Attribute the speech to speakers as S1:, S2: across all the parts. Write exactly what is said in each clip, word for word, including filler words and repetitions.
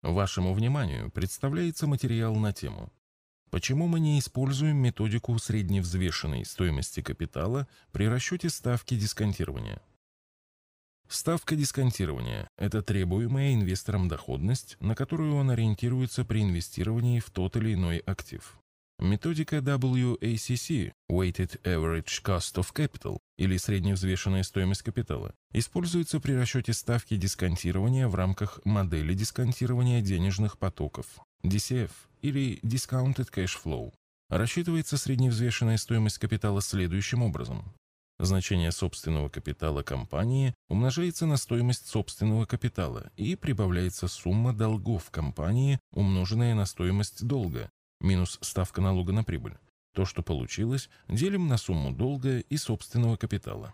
S1: Вашему вниманию представляется материал на тему «Почему мы не используем методику средневзвешенной стоимости капитала при расчете ставки дисконтирования». Ставка дисконтирования – это требуемая инвестором доходность, на которую он ориентируется при инвестировании в тот или иной актив. Методика дабл ю эй си си (Weighted Average Cost of Capital) или средневзвешенная стоимость капитала используется при расчете ставки дисконтирования в рамках модели дисконтирования денежных потоков ди си эф или Discounted Cash Flow. Рассчитывается средневзвешенная стоимость капитала следующим образом. Значение собственного капитала компании умножается на стоимость собственного капитала и прибавляется сумма долгов компании, умноженная на стоимость долга, минус ставка налога на прибыль. То, что получилось, делим на сумму долга и собственного капитала.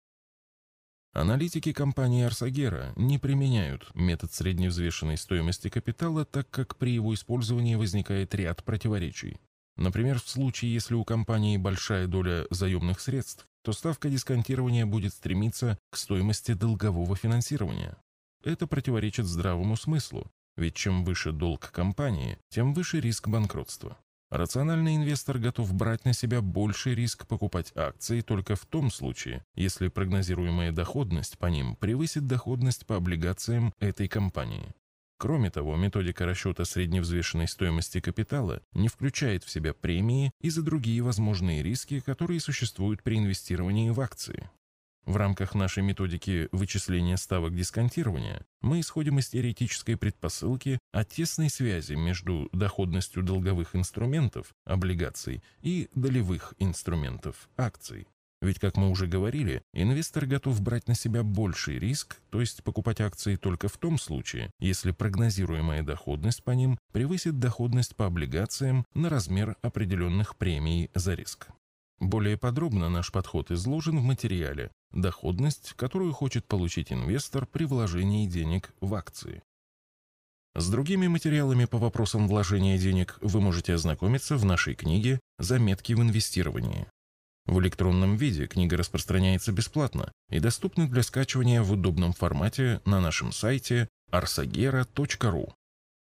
S1: Аналитики компании Арсагера не применяют метод средневзвешенной стоимости капитала, так как при его использовании возникает ряд противоречий. Например, в случае, если у компании большая доля заемных средств, то ставка дисконтирования будет стремиться к стоимости долгового финансирования. Это противоречит здравому смыслу, ведь чем выше долг компании, тем выше риск банкротства. Рациональный инвестор готов брать на себя больший риск покупать акции только в том случае, если прогнозируемая доходность по ним превысит доходность по облигациям этой компании. Кроме того, методика расчета средневзвешенной стоимости капитала не включает в себя премии и за другие возможные риски, которые существуют при инвестировании в акции. В рамках нашей методики вычисления ставок дисконтирования мы исходим из теоретической предпосылки о тесной связи между доходностью долговых инструментов, облигаций, и долевых инструментов, акций. Ведь, как мы уже говорили, инвестор готов брать на себя больший риск, то есть покупать акции только в том случае, если прогнозируемая доходность по ним превысит доходность по облигациям на размер определенных премий за риск. Более подробно наш подход изложен в материале «Доходность, которую хочет получить инвестор при вложении денег в акции». С другими материалами по вопросам вложения денег вы можете ознакомиться в нашей книге «Заметки в инвестировании». В электронном виде книга распространяется бесплатно и доступна для скачивания в удобном формате на нашем сайте arsagera точка ру.